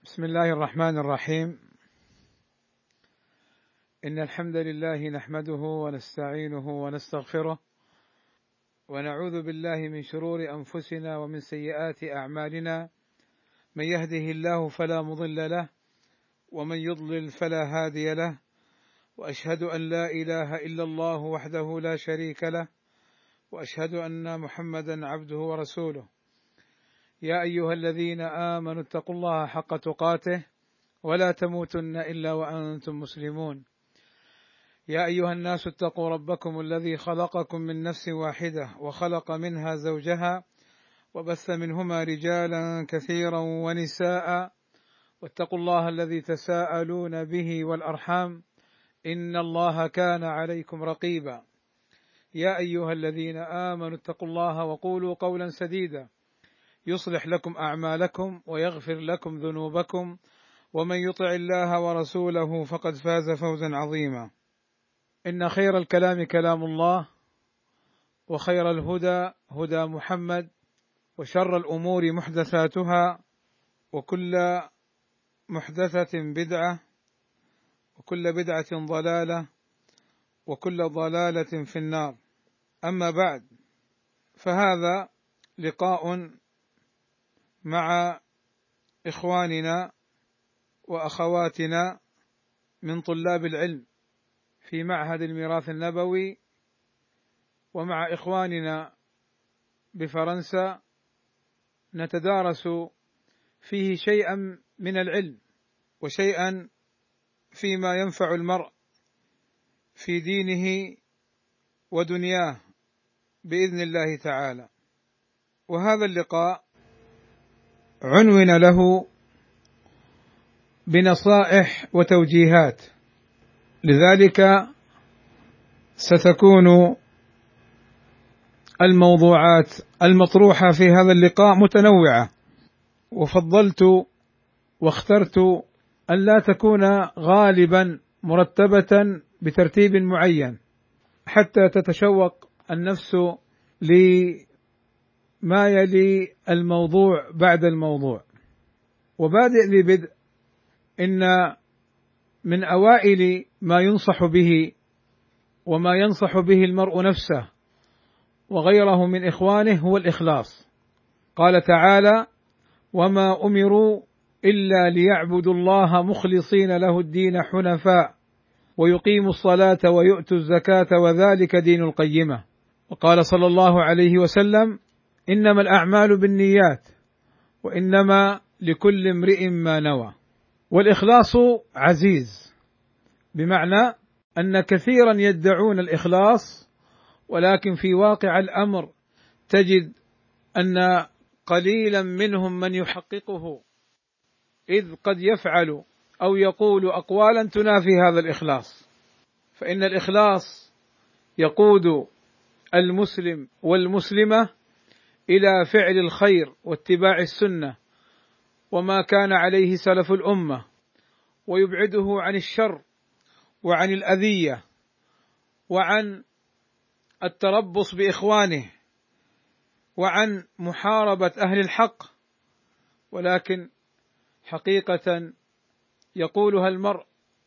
بسم الله الرحمن الرحيم. إن الحمد لله نحمده ونستعينه ونستغفره ونعوذ بالله من شرور أنفسنا ومن سيئات أعمالنا، من يهده الله فلا مضل له ومن يضلل فلا هادي له، وأشهد أن لا إله إلا الله وحده لا شريك له، وأشهد أن محمدا عبده ورسوله. يا أيها الذين آمنوا اتقوا الله حق تقاته ولا تموتن إلا وأنتم مسلمون. يا أيها الناس اتقوا ربكم الذي خلقكم من نفس واحدة وخلق منها زوجها وبث منهما رجالا كثيرا ونساء، واتقوا الله الذي تساءلون به والأرحام إن الله كان عليكم رقيبا. يا أيها الذين آمنوا اتقوا الله وقولوا قولا سديدا يصلح لكم أعمالكم ويغفر لكم ذنوبكم، ومن يطع الله ورسوله فقد فاز فوزا عظيما. إن خير الكلام كلام الله، وخير الهدى هدى محمد، وشر الأمور محدثاتها، وكل محدثة بدعة، وكل بدعة ضلالة، وكل ضلالة في النار. أما بعد، فهذا لقاء مع إخواننا وأخواتنا من طلاب العلم في معهد الميراث النبوي، ومع إخواننا بفرنسا، نتدارس فيه شيئا من العلم وشيئا فيما ينفع المرء في دينه ودنياه بإذن الله تعالى. وهذا اللقاء عنون له بنصائح وتوجيهات، لذلك ستكون الموضوعات المطروحة في هذا اللقاء متنوعة، وفضلت واخترت أن لا تكون غالبا مرتبة بترتيب معين حتى تتشوق النفس لما يلي الموضوع بعد الموضوع. وبادئ ذي بدء، إن من أوائل ما ينصح به وما ينصح به المرء نفسه وغيره من إخوانه هو الإخلاص. قال تعالى: وما أمروا إلا ليعبدوا الله مخلصين له الدين حنفاء ويقيموا الصلاة ويؤتوا الزكاة وذلك دين القيمة. وقال صلى الله عليه وسلم: إنما الأعمال بالنيات وإنما لكل امرئ ما نوى. والإخلاص عزيز، بمعنى أن كثيرا يدعون الإخلاص، ولكن في واقع الأمر تجد أن قليلا منهم من يحققه، إذ قد يفعل أو يقول أقوالا تنافي هذا الإخلاص. فإن الإخلاص يقود المسلم والمسلمة إلى فعل الخير واتباع السنة وما كان عليه سلف الأمة، ويبعده عن الشر وعن الأذية وعن التربص بإخوانه وعن محاربة أهل الحق. ولكن حقيقة يقولها المرء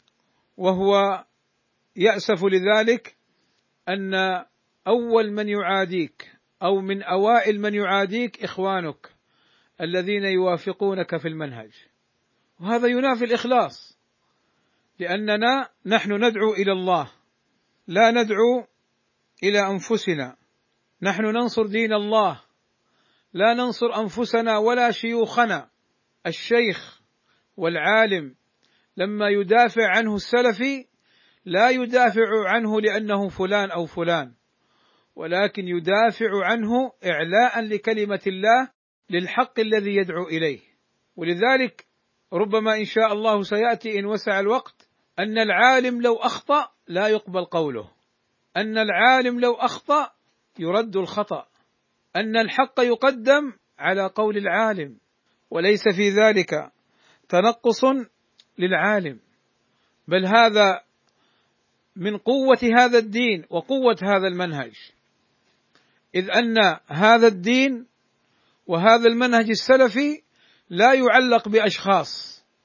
وهو يأسف لذلك، أن أول من يعاديك أو من أوائل من يعاديك إخوانك الذين يوافقونك في المنهج، وهذا ينافي الإخلاص، لأننا نحن ندعو إلى الله، لا ندعو إلى أنفسنا. نحن ننصر دين الله، لا ننصر أنفسنا ولا شيوخنا. الشيخ والعالم لما يدافع عنه السلفي لا يدافع عنه لأنه فلان أو فلان، ولكن يدافع عنه إعلاء لكلمة الله للحق الذي يدعو إليه. ولذلك ربما إن شاء الله سيأتي إن وسع الوقت أن العالم لو أخطأ لا يقبل قوله، أن العالم لو أخطأ يرد الخطأ، أن الحق يقدم على قول العالم، وليس في ذلك تنقص للعالم، بل هذا من قوة هذا الدين وقوة هذا المنهج، إذ أن هذا الدين وهذا المنهج السلفي لا يعلق بأشخاص،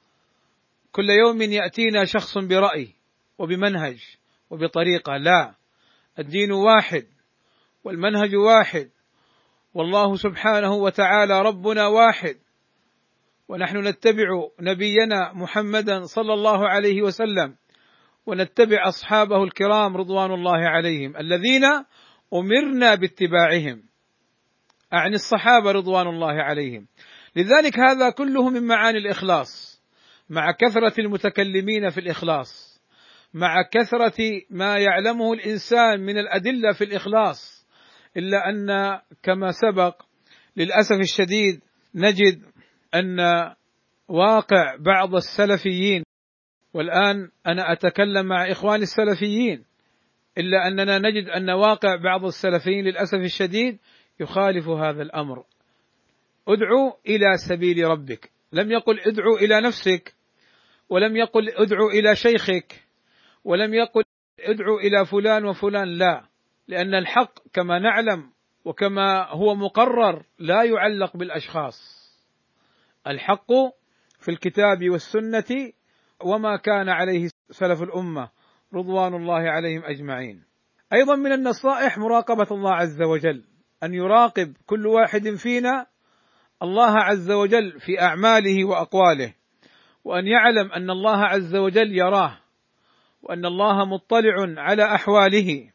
كل يوم يأتينا شخص برأي وبمنهج وبطريقة، لا، الدين واحد والمنهج واحد، والله سبحانه وتعالى ربنا واحد، ونحن نتبع نبينا محمدا صلى الله عليه وسلم، ونتبع أصحابه الكرام رضوان الله عليهم الذين أمرنا باتباعهم، أعني الصحابة رضوان الله عليهم. لذلك هذا كله من معاني الإخلاص، مع كثرة المتكلمين في الإخلاص، مع كثرة ما يعلمه الإنسان من الأدلة في الإخلاص، إلا أن كما سبق للأسف الشديد نجد أن واقع بعض السلفيين، والآن أنا أتكلم مع إخواني السلفيين، إلا أننا نجد أن واقع بعض السلفيين للأسف الشديد يخالف هذا الأمر. ادعو إلى سبيل ربك، لم يقل ادعو إلى نفسك، ولم يقل ادعو إلى شيخك، ولم يقل ادعو إلى فلان وفلان، لا، لأن الحق كما نعلم وكما هو مقرر لا يعلق بالأشخاص، الحق في الكتاب والسنة وما كان عليه سلف الأمة رضوان الله عليهم أجمعين. أيضا من النصائح مراقبة الله عز وجل، أن يراقب كل واحد فينا الله عز وجل في أعماله وأقواله، وأن يعلم أن الله عز وجل يراه، وأن الله مطلع على أحواله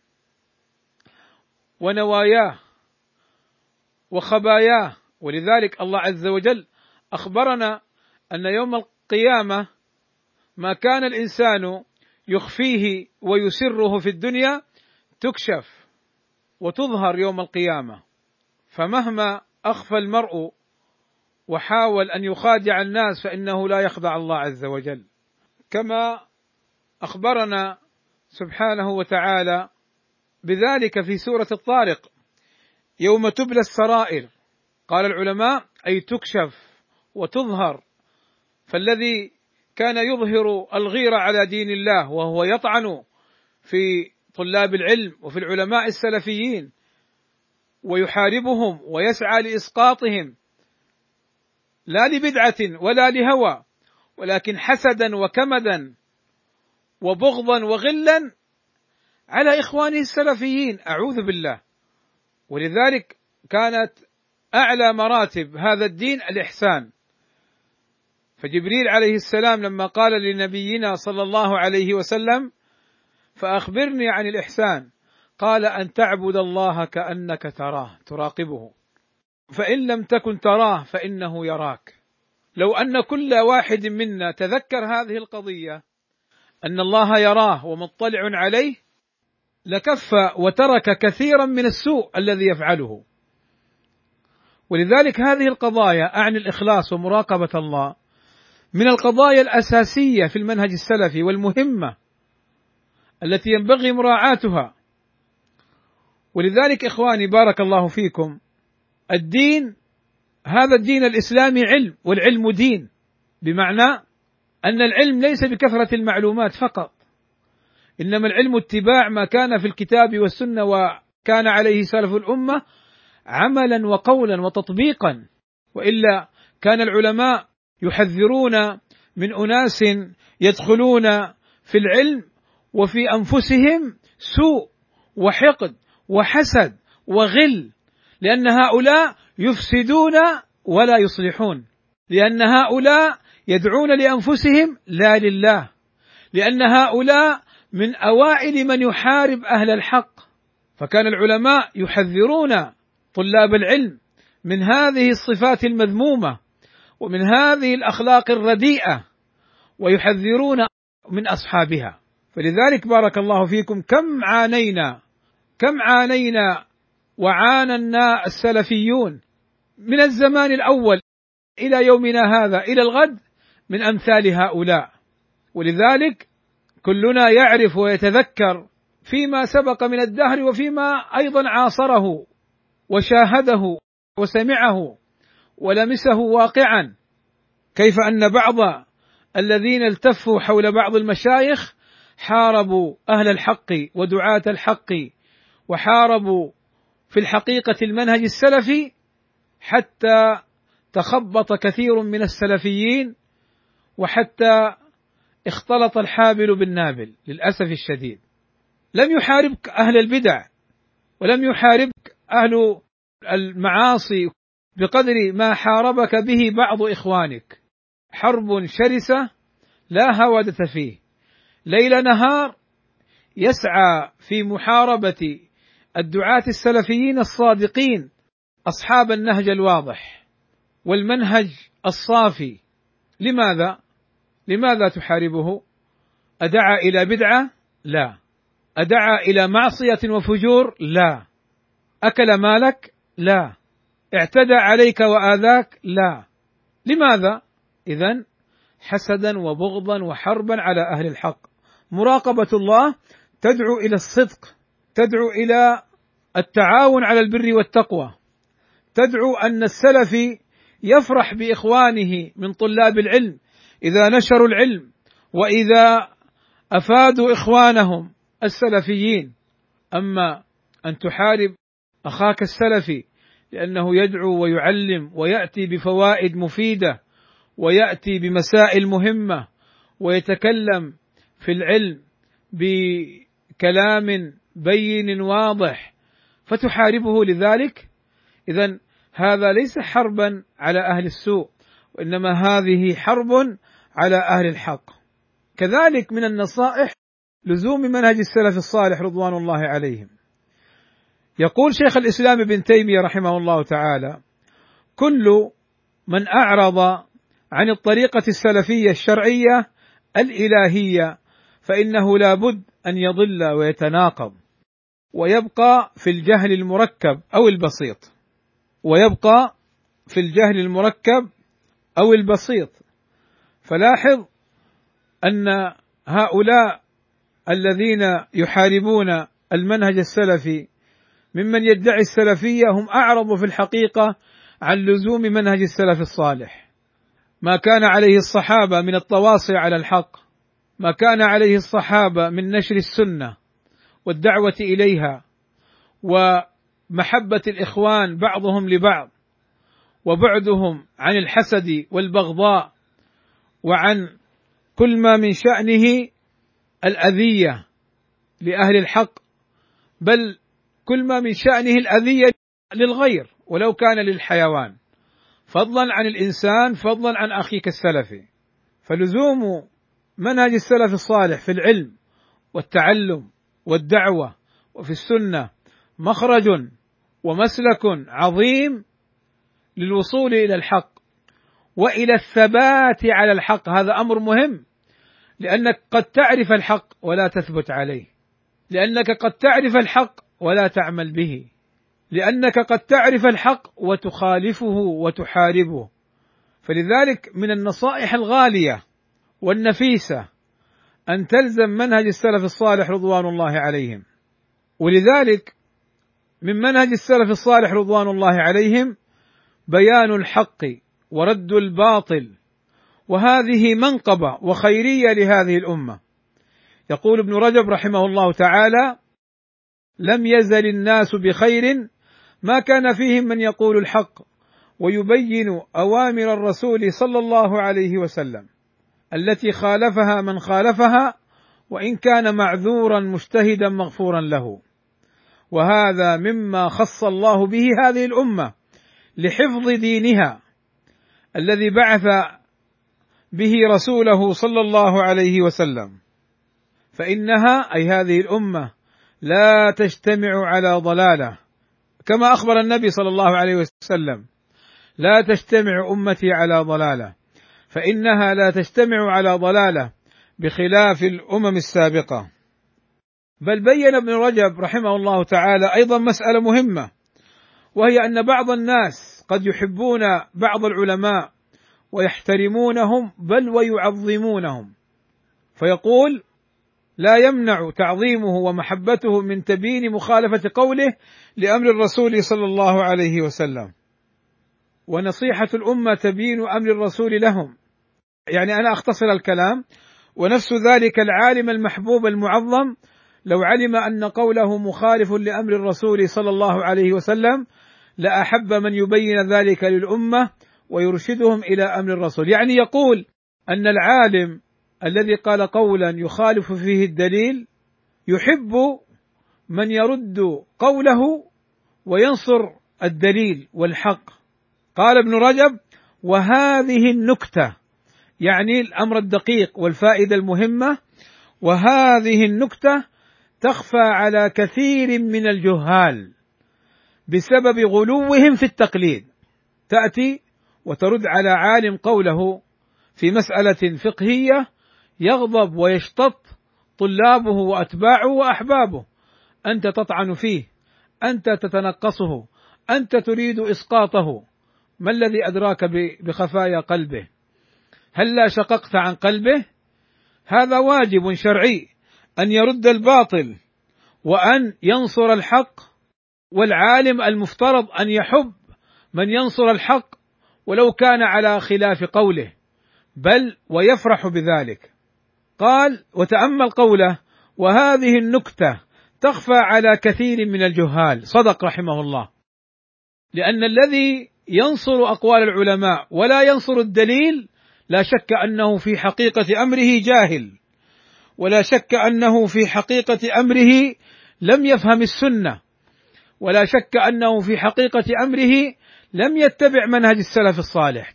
ونواياه وخباياه. ولذلك الله عز وجل أخبرنا أن يوم القيامة ما كان الإنسان يخفيه ويسره في الدنيا تكشف وتظهر يوم القيامة، فمهما أخفى المرء وحاول أن يخادع الناس فإنه لا يخدع الله عز وجل، كما أخبرنا سبحانه وتعالى بذلك في سورة الطارق يوم تبلى السرائر. قال العلماء أي تكشف وتظهر، فالذي كان يظهر الغيرة على دين الله وهو يطعن في طلاب العلم وفي العلماء السلفيين ويحاربهم ويسعى لإسقاطهم، لا لبدعة ولا لهوى، ولكن حسدا وكمدا وبغضا وغلا على إخوانه السلفيين، أعوذ بالله. ولذلك كانت أعلى مراتب هذا الدين الإحسان، فجبريل عليه السلام لما قال لنبينا صلى الله عليه وسلم فأخبرني عن الإحسان، قال أن تعبد الله كأنك تراه تراقبه، فإن لم تكن تراه فإنه يراك. لو أن كل واحد منا تذكر هذه القضية أن الله يراه ومطلع عليه لكف وترك كثيرا من السوء الذي يفعله. ولذلك هذه القضايا أعني الإخلاص ومراقبة الله من القضايا الأساسية في المنهج السلفي والمهمة التي ينبغي مراعاتها. ولذلك إخواني بارك الله فيكم، الدين هذا الدين الإسلامي علم، والعلم دين، بمعنى أن العلم ليس بكثرة المعلومات فقط، إنما العلم اتباع ما كان في الكتاب والسنة وكان عليه سلف الأمة عملا وقولا وتطبيقا، وإلا كان العلماء يحذرون من أناس يدخلون في العلم وفي أنفسهم سوء وحقد وحسد وغل، لأن هؤلاء يفسدون ولا يصلحون، لأن هؤلاء يدعون لأنفسهم لا لله، لأن هؤلاء من أوائل من يحارب أهل الحق. فكان العلماء يحذرون طلاب العلم من هذه الصفات المذمومة ومن هذه الأخلاق الرديئة، ويحذرون من أصحابها. فلذلك بارك الله فيكم كم عانينا وعانى السلفيون من الزمان الأول إلى يومنا هذا إلى الغد من أمثال هؤلاء. ولذلك كلنا يعرف ويتذكر فيما سبق من الدهر وفيما أيضا عاصره وشاهده وسمعه ولمسه واقعا، كيف أن بعض الذين التفوا حول بعض المشايخ حاربوا أهل الحق ودعاة الحق، وحاربوا في الحقيقة المنهج السلفي، حتى تخبط كثير من السلفيين، وحتى اختلط الحابل بالنابل للأسف الشديد. لم يحاربك أهل البدع ولم يحاربك أهل المعاصي بقدر ما حاربك به بعض إخوانك، حرب شرسة لا هودة فيه، ليل نهار يسعى في محاربة الدعاة السلفيين الصادقين أصحاب النهج الواضح والمنهج الصافي. لماذا تحاربه؟ أدعى إلى بدعة؟ لا. أدعى إلى معصية وفجور؟ لا. أكل مالك؟ لا. اعتدى عليك وآذاك؟ لا. لماذا؟ إذن حسدا وبغضا وحربا على أهل الحق. مراقبة الله تدعو إلى الصدق، تدعو إلى التعاون على البر والتقوى، تدعو أن السلفي يفرح بإخوانه من طلاب العلم إذا نشروا العلم وإذا أفادوا إخوانهم السلفيين. أما أن تحارب أخاك السلفي لأنه يدعو ويعلم ويأتي بفوائد مفيدة ويأتي بمسائل مهمة ويتكلم في العلم بكلام بين واضح فتحاربه لذلك، إذن هذا ليس حربا على أهل السوء، وإنما هذه حرب على أهل الحق. كذلك من النصائح لزوم منهج السلف الصالح رضوان الله عليهم. يقول شيخ الإسلام ابن تيمية رحمه الله تعالى: كل من أعرض عن الطريقة السلفية الشرعية الإلهية فإنه لا بد أن يضل ويتناقض ويبقى في الجهل المركب أو البسيط، ويبقى في الجهل المركب أو البسيط. فلاحظ أن هؤلاء الذين يحاربون المنهج السلفي ممن يدعي السلفية هم أعرض في الحقيقة عن لزوم منهج السلف الصالح، ما كان عليه الصحابة من التواصي على الحق، ما كان عليه الصحابة من نشر السنة والدعوة إليها ومحبة الإخوان بعضهم لبعض وبعدهم عن الحسد والبغضاء وعن كل ما من شأنه الأذية لأهل الحق، بل كل ما من شأنه الأذية للغير ولو كان للحيوان، فضلا عن الإنسان، فضلا عن أخيك السلفي. فلزوم منهج السلف الصالح في العلم والتعلم والدعوة وفي السنة مخرج ومسلك عظيم للوصول إلى الحق وإلى الثبات على الحق. هذا أمر مهم، لأنك قد تعرف الحق ولا تثبت عليه، لأنك قد تعرف الحق ولا تعمل به، لأنك قد تعرف الحق وتخالفه وتحاربه. فلذلك من النصائح الغالية والنفيسة أن تلزم منهج السلف الصالح رضوان الله عليهم. ولذلك من منهج السلف الصالح رضوان الله عليهم بيان الحق ورد الباطل، وهذه منقبة وخيرية لهذه الأمة. يقول ابن رجب رحمه الله تعالى: لم يزل الناس بخير ما كان فيهم من يقول الحق ويبين أوامر الرسول صلى الله عليه وسلم التي خالفها من خالفها وإن كان معذورا مجتهدا مغفورا له. وهذا مما خص الله به هذه الأمة لحفظ دينها الذي بعث به رسوله صلى الله عليه وسلم، فإنها أي هذه الأمة لا تجتمع على ضلالة، كما أخبر النبي صلى الله عليه وسلم: لا تجتمع أمتي على ضلالة، فإنها لا تجتمع على ضلالة بخلاف الأمم السابقة. بل بين ابن رجب رحمه الله تعالى أيضا مسألة مهمة، وهي أن بعض الناس قد يحبون بعض العلماء ويحترمونهم بل ويعظمونهم، فيقول: لا يمنع تعظيمه ومحبته من تبيين مخالفة قوله لأمر الرسول صلى الله عليه وسلم. ونصيحة الأمة تبيين أمر الرسول لهم. يعني أنا أختصر الكلام: ونفس ذلك العالم المحبوب المعظم لو علم أن قوله مخالف لأمر الرسول صلى الله عليه وسلم لأحب من يبين ذلك للأمة ويرشدهم إلى أمر الرسول. يعني يقول أن العالم الذي قال قولا يخالف فيه الدليل يحب من يرد قوله وينصر الدليل والحق. قال ابن رجب: وهذه النكتة، يعني الأمر الدقيق والفائدة المهمة، وهذه النكتة تخفى على كثير من الجهال بسبب غلوهم في التقليد. تأتي وترد على عالم قوله في مسألة فقهية يغضب ويشتط طلابه وأتباعه وأحبابه، أنت تطعن فيه، أنت تتنقصه، أنت تريد إسقاطه. ما الذي أدراك بخفايا قلبه؟ هلا شققت عن قلبه؟ هذا واجب شرعي أن يرد الباطل وأن ينصر الحق، والعالم المفترض أن يحب من ينصر الحق ولو كان على خلاف قوله، بل ويفرح بذلك. قال: وتأمل قوله: وهذه النكتة تخفى على كثير من الجهال. صدق رحمه الله، لأن الذي ينصر أقوال العلماء ولا ينصر الدليل لا شك أنه في حقيقة أمره جاهل، ولا شك أنه في حقيقة أمره لم يفهم السنة، ولا شك أنه في حقيقة أمره لم يتبع منهج السلف الصالح.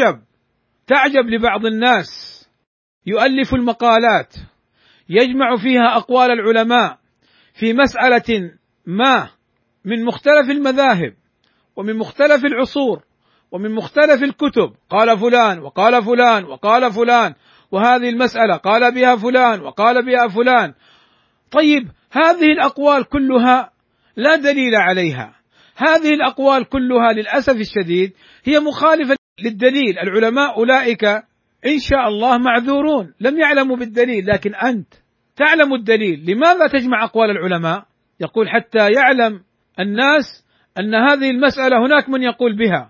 تعجب لبعض الناس يؤلف المقالات يجمع فيها أقوال العلماء في مسألة ما من مختلف المذاهب ومن مختلف العصور ومن مختلف الكتب، قال فلان وقال فلان وقال فلان، وهذه المسألة قال بها فلان وقال بها فلان. طيب، هذه الأقوال كلها لا دليل عليها، هذه الأقوال كلها للأسف الشديد هي مخالفة للدليل. العلماء أولئك إن شاء الله معذورون، لم يعلموا بالدليل، لكن أنت تعلم الدليل، لماذا تجمع أقوال العلماء؟ يقول حتى يعلم الناس أن هذه المسألة هناك من يقول بها.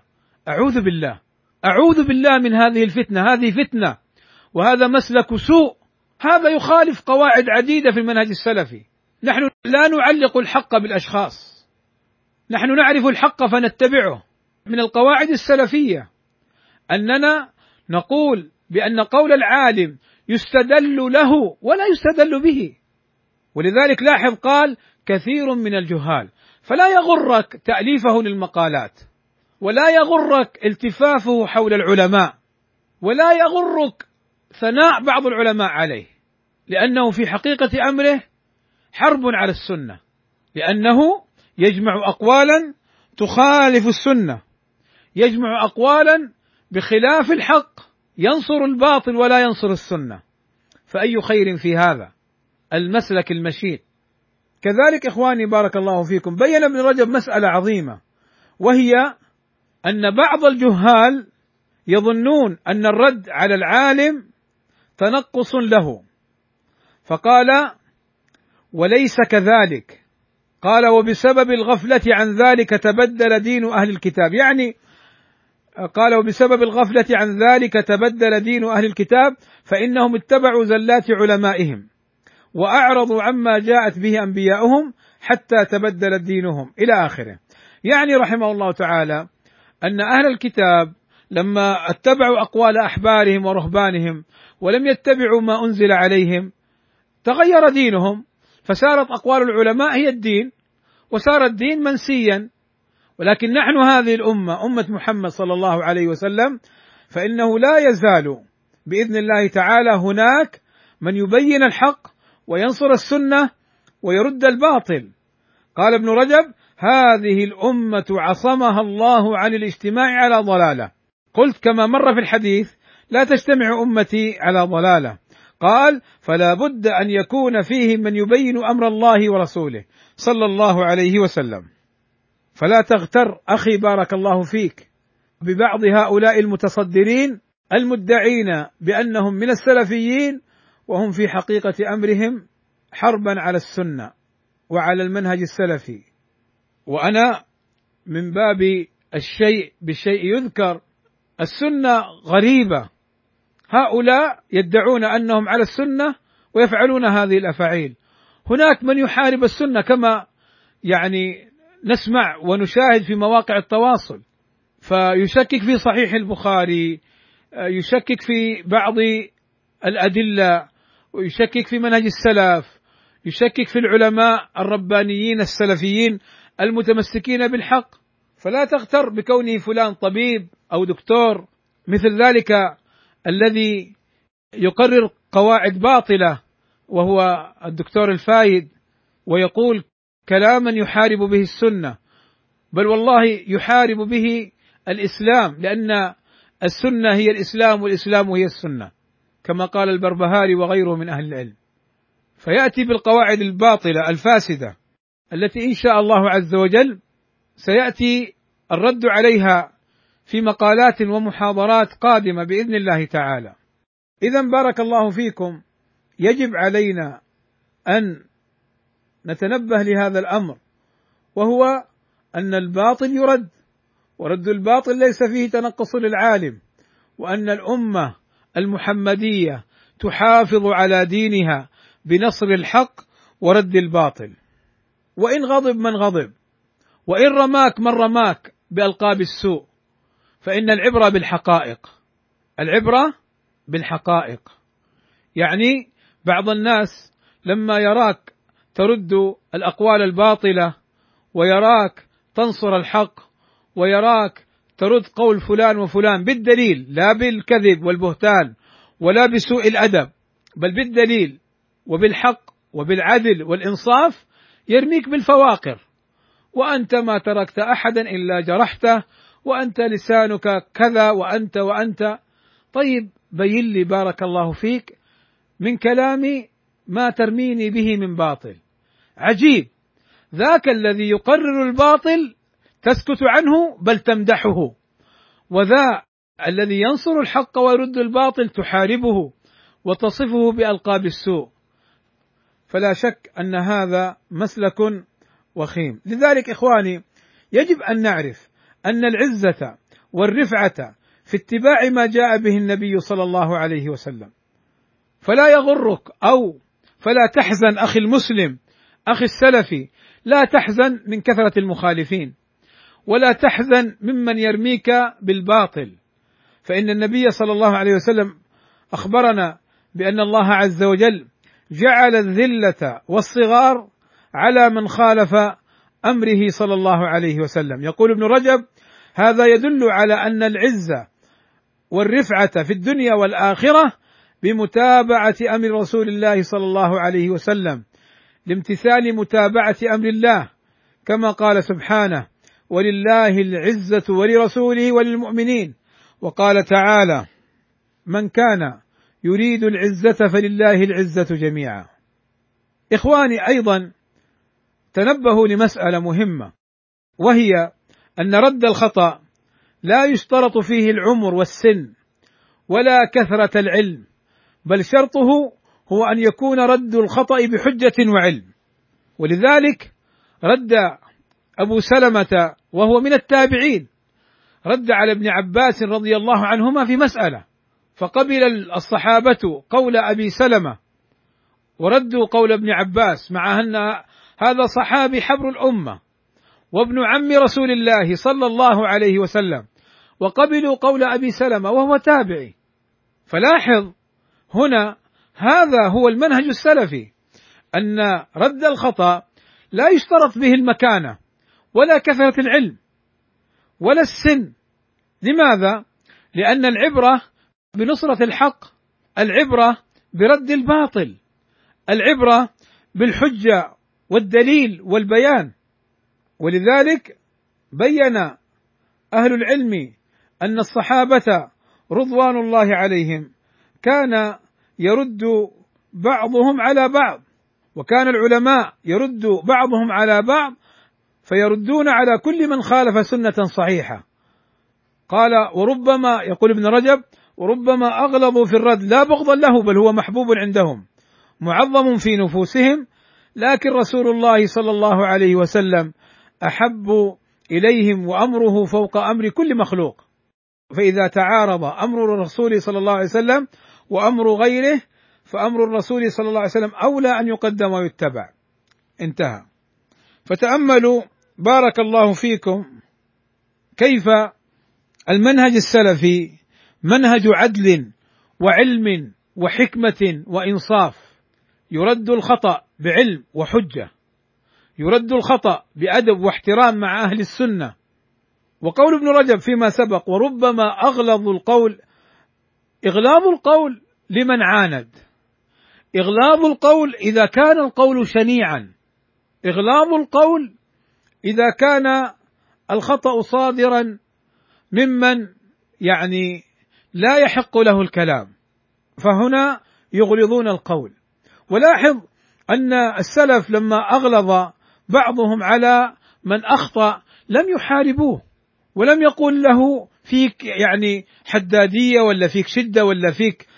أعوذ بالله من هذه الفتنة، هذه فتنة وهذا مسلك سوء، هذا يخالف قواعد عديدة في المنهج السلفي. نحن لا نعلق الحق بالأشخاص، نحن نعرف الحق فنتبعه. من القواعد السلفية أننا نقول بأن قول العالم يستدل له ولا يستدل به، ولذلك لاحظ قال كثير من الجهال، فلا يغرك تأليفه للمقالات، ولا يغرك التفافه حول العلماء، ولا يغرك ثناء بعض العلماء عليه، لأنه في حقيقة أمره حرب على السنة، لأنه يجمع أقوالا تخالف السنة، يجمع أقوالا بخلاف الحق، ينصر الباطل ولا ينصر السنة، فأي خير في هذا المسلك المشين. كذلك إخواني بارك الله فيكم، بين ابن رجب مسألة عظيمة، وهي أن بعض الجهال يظنون أن الرد على العالم تنقص له، فقال: وليس كذلك. قال: وبسبب الغفلة عن ذلك تبدل دين أهل الكتاب، يعني قال: وبسبب الغفلة عن ذلك تبدل دين أهل الكتاب، فإنهم اتبعوا زلات علمائهم وأعرضوا عما جاءت به أنبياؤهم حتى تبدل دينهم، إلى آخره. يعني رحمه الله تعالى أن أهل الكتاب لما اتبعوا أقوال أحبارهم ورهبانهم ولم يتبعوا ما أنزل عليهم تغير دينهم، فصارت أقوال العلماء هي الدين، وصار الدين منسيا. ولكن نحن هذه الأمة، أمة محمد صلى الله عليه وسلم، فإنه لا يزال بإذن الله تعالى هناك من يبين الحق وينصر السنة ويرد الباطل. قال ابن رجب: هذه الأمة عصمها الله عن الاجتماع على ضلالة. قلت كما مر في الحديث: لا تجتمع أمتي على ضلالة. قال: فلا بد أن يكون فيهم من يبين أمر الله ورسوله صلى الله عليه وسلم. فلا تغتر أخي بارك الله فيك ببعض هؤلاء المتصدرين المدعين بأنهم من السلفيين وهم في حقيقة أمرهم حربا على السنة وعلى المنهج السلفي. وأنا من باب الشيء بالشيء يذكر، السنة غريبة، هؤلاء يدعون أنهم على السنة ويفعلون هذه الأفاعيل. هناك من يحارب السنة كما يعني نسمع ونشاهد في مواقع التواصل، فيشكك في صحيح البخاري، يشكك في بعض الأدلة، ويشكك في منهج السلف، يشكك في العلماء الربانيين السلفيين المتمسكين بالحق. فلا تغتر بكونه فلان طبيب أو دكتور، مثل ذلك الذي يقرر قواعد باطلة وهو الدكتور الفايد، ويقول كلاما يحارب به السنة، بل والله يحارب به الإسلام، لأن السنة هي الإسلام والإسلام هي السنة، كما قال البربهاري وغيره من أهل العلم. فيأتي بالقواعد الباطلة الفاسدة التي إن شاء الله عز وجل سيأتي الرد عليها في مقالات ومحاضرات قادمة بإذن الله تعالى. إذن بارك الله فيكم، يجب علينا أن نتنبه لهذا الأمر، وهو أن الباطل يرد، ورد الباطل ليس فيه تنقص للعالم، وأن الأمة المحمدية تحافظ على دينها بنصر الحق ورد الباطل. وإن غضب من غضب، وإن رماك من رماك بألقاب السوء، فإن العبرة بالحقائق، العبرة بالحقائق. يعني بعض الناس لما يراك ترد الأقوال الباطلة، ويراك تنصر الحق، ويراك ترد قول فلان وفلان بالدليل، لا بالكذب والبهتان ولا بسوء الأدب، بل بالدليل وبالحق وبالعدل والإنصاف، يرميك بالفواقر، وأنت ما تركت أحدا إلا جرحته، وأنت لسانك كذا، وأنت. طيب بين لي بارك الله فيك من كلامي ما ترميني به من باطل. عجيب، ذاك الذي يقرر الباطل تسكت عنه بل تمدحه، وذا الذي ينصر الحق ويرد الباطل تحاربه وتصفه بألقاب السوء. فلا شك أن هذا مسلك وخيم. لذلك إخواني، يجب أن نعرف أن العزة والرفعة في اتباع ما جاء به النبي صلى الله عليه وسلم. فلا يغرك أو فلا تحزن أخي المسلم، أخي السلفي، لا تحزن من كثرة المخالفين، ولا تحزن ممن يرميك بالباطل، فإن النبي صلى الله عليه وسلم أخبرنا بأن الله عز وجل جعل الذلة والصغار على من خالف أمره صلى الله عليه وسلم. يقول ابن رجب: هذا يدل على أن العزة والرفعة في الدنيا والآخرة بمتابعة أمر رسول الله صلى الله عليه وسلم، لامتثال متابعة أمر الله، كما قال سبحانه: ولله العزة ولرسوله وللمؤمنين. وقال تعالى: من كان يريد العزة فلله العزة جميعا. إخواني، أيضا تنبهوا لمسألة مهمة، وهي أن رد الخطأ لا يشترط فيه العمر والسن ولا كثرة العلم، بل شرطه هو أن يكون رد الخطأ بحجة وعلم. ولذلك رد أبو سلمة وهو من التابعين، رد على ابن عباس رضي الله عنهما في مسألة، فقبل الصحابة قول أبي سلمة وردوا قول ابن عباس، مع أن هذا صحابي حبر الأمة وابن عم رسول الله صلى الله عليه وسلم، وقبلوا قول أبي سلمة وهو تابعي. فلاحظ هنا هذا هو المنهج السلفي، أن رد الخطأ لا يشترط به المكانة ولا كثرة العلم ولا السن. لماذا؟ لأن العبرة بنصرة الحق، العبرة برد الباطل، العبرة بالحجة والدليل والبيان. ولذلك بين أهل العلم أن الصحابة رضوان الله عليهم كان يرد بعضهم على بعض، وكان العلماء يرد بعضهم على بعض، فيردون على كل من خالف سنة صحيحة. قال: وربما، يقول ابن رجب: وربما أغلظوا في الرد لا بغضا له، بل هو محبوب عندهم معظم في نفوسهم، لكن رسول الله صلى الله عليه وسلم أحب إليهم وأمره فوق أمر كل مخلوق، فإذا تعارض أمر الرسول صلى الله عليه وسلم وأمر غيره فأمر الرسول صلى الله عليه وسلم أولى أن يقدم ويتبع. انتهى. فتأملوا بارك الله فيكم كيف المنهج السلفي منهج عدل وعلم وحكمة وإنصاف، يرد الخطأ بعلم وحجة، يرد الخطأ بأدب واحترام مع أهل السنة. وقول ابن رجب فيما سبق: وربما أغلظ القول، إغلاظ القول لمن عاند، إغلاظ القول إذا كان القول شنيعا، إغلاظ القول إذا كان الخطأ صادرا ممن لا يحق له الكلام، فهنا يغلظون القول. ولاحظ أن السلف لما أغلظ بعضهم على من أخطأ لم يحاربوه، ولم يقول له فيك حدادية، ولا فيك شدة، ولا فيك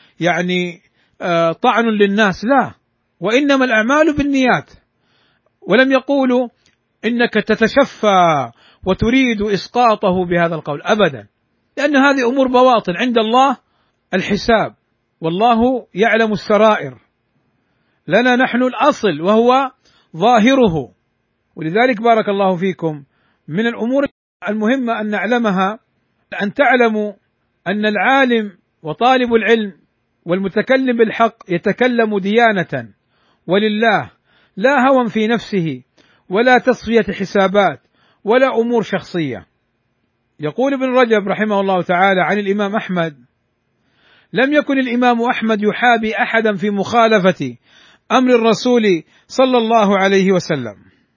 طعن للناس، لا، وإنما الأعمال بالنيات. ولم يقولوا إنك تتشفى وتريد إسقاطه بهذا القول أبدا، لأن هذه أمور بواطن، عند الله الحساب، والله يعلم السرائر، لنا نحن الأصل وهو ظاهره. ولذلك بارك الله فيكم، من الأمور المهمة أن نعلمها، أن تعلموا أن العالم وطالب العلم والمتكلم بالحق يتكلم ديانة ولله، لا هوى في نفسه، ولا تصفية حسابات، ولا أمور شخصية. يقول ابن رجب رحمه الله تعالى عن الإمام أحمد: لم يكن الإمام أحمد يحابي أحدا في مخالفة أمر الرسول صلى الله عليه وسلم،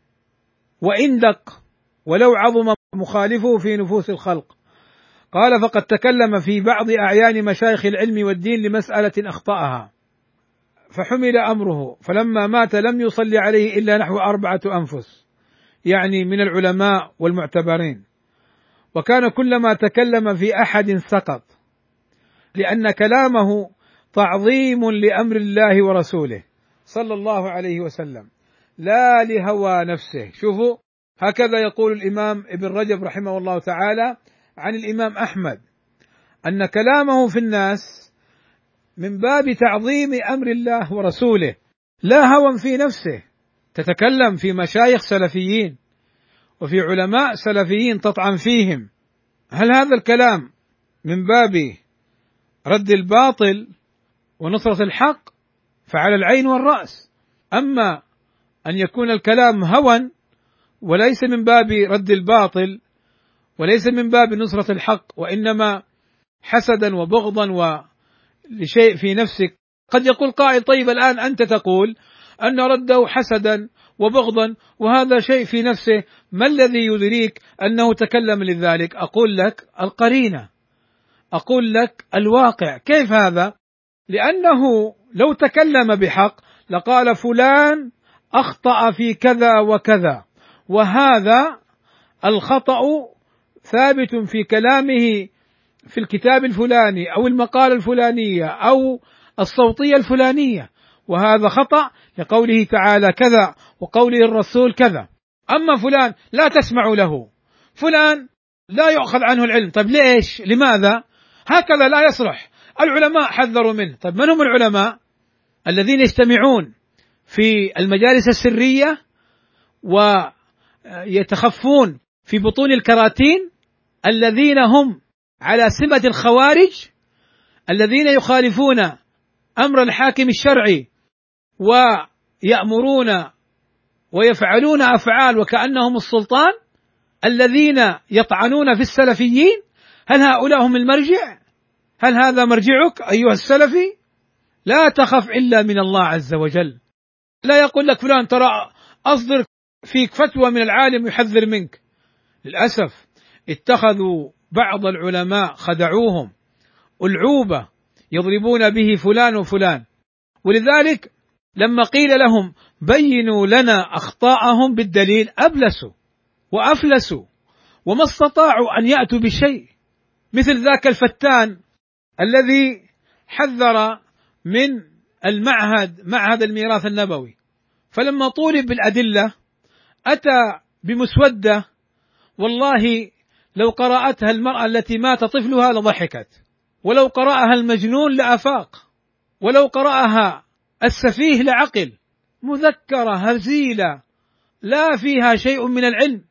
وإن دق ولو عظم مخالفه في نفوس الخلق. قال: فقد تكلم في بعض أعيان مشايخ العلم والدين لمسألة أخطأها، فحمل أمره، فلما مات لم يصلي عليه إلا نحو 4 أنفس، من العلماء والمعتبرين، وكان كلما تكلم في أحد سقط، لأن كلامه تعظيم لأمر الله ورسوله صلى الله عليه وسلم، لا لهوى نفسه. شوفوا، هكذا يقول الإمام ابن رجب رحمه الله تعالى عن الإمام أحمد، أن كلامه في الناس من باب تعظيم أمر الله ورسوله، لا هوى في نفسه. تتكلم في مشايخ سلفيين وفي علماء سلفيين تطعن فيهم، هل هذا الكلام من باب رد الباطل ونصرة الحق؟ فعلى العين والرأس. أما أن يكون الكلام هوى وليس من باب رد الباطل وليس من باب نصرة الحق، وإنما حسدا وبغضا ولشيء في نفسك، قد يقول قائل: طيب الآن أنت تقول أن رده حسدا وبغضا وهذا شيء في نفسه، ما الذي يدريك أنه تكلم لذلك؟ أقول لك القرينة، أقول لك الواقع. كيف هذا؟ لأنه لو تكلم بحق لقال: فلان أخطأ في كذا وكذا، وهذا الخطأ ثابت في كلامه في الكتاب الفلاني أو المقالة الفلانية أو الصوتية الفلانية، وهذا خطأ لقوله تعالى كذا وقوله الرسول كذا. أما فلان لا تسمع له، فلان لا يؤخذ عنه العلم. طيب ليش؟ لماذا؟ هكذا لا يصلح، العلماء حذروا منه. طيب من هم العلماء؟ الذين يجتمعون في المجالس السرية ويتخفون في بطون الكراتين، الذين هم على سمة الخوارج، الذين يخالفون أمر الحاكم الشرعي ويأمرون ويفعلون أفعال وكأنهم السلطان، الذين يطعنون في السلفيين. هل هؤلاء هم المرجع؟ هل هذا مرجعك أيها السلفي؟ لا تخف إلا من الله عز وجل. لا يقول لك فلان ترى أصدر فيك فتوى من العالم يحذر منك. للأسف اتخذوا بعض العلماء خدعوهم ألعوبة يضربون به فلان وفلان، ولذلك لما قيل لهم بينوا لنا أخطاءهم بالدليل أبلسوا وأفلسوا وما استطاعوا أن يأتوا بشيء. مثل ذاك الفتان الذي حذر من معهد الميراث النبوي، فلما طولب بالأدلة أتى بمسودة والله لو قرأتها المرأة التي مات طفلها لضحكت، ولو قرأها المجنون لأفاق، ولو قرأها السفيه لعقل. مذكرة هزيلة لا فيها شيء من العلم،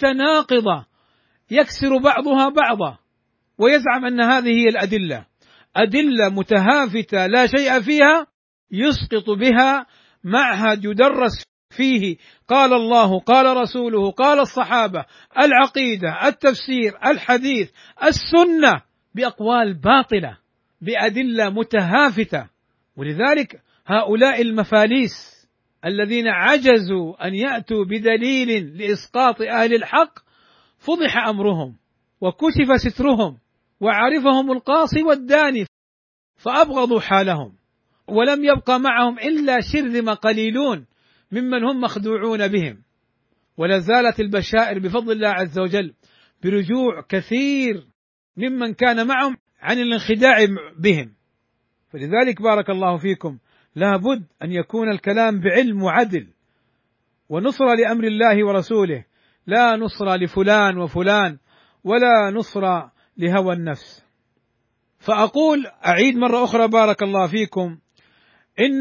متناقضة يكسر بعضها بعضا، ويزعم أن هذه هي الأدلة. أدلة متهافتة لا شيء فيها، يسقط بها معهد يدرس فيه قال الله قال رسوله قال الصحابة، العقيدة، التفسير، الحديث، السنة، بأقوال باطلة بأدلة متهافتة. ولذلك هؤلاء المفاليس الذين عجزوا أن يأتوا بدليل لإسقاط أهل الحق فضح أمرهم وكشف سترهم وعرفهم القاصي والداني، فأبغضوا حالهم، ولم يبقى معهم إلا شرذمة قليلون ممن هم مخدوعون بهم. ولا زالت البشائر بفضل الله عز وجل برجوع كثير ممن كان معهم عن الانخداع بهم. فلذلك بارك الله فيكم لا بد أن يكون الكلام بعلم وعدل ونصرة لأمر الله ورسوله، لا نصرة لفلان وفلان ولا نصرة لهوى النفس. فأقول أعيد مرة أخرى بارك الله فيكم إن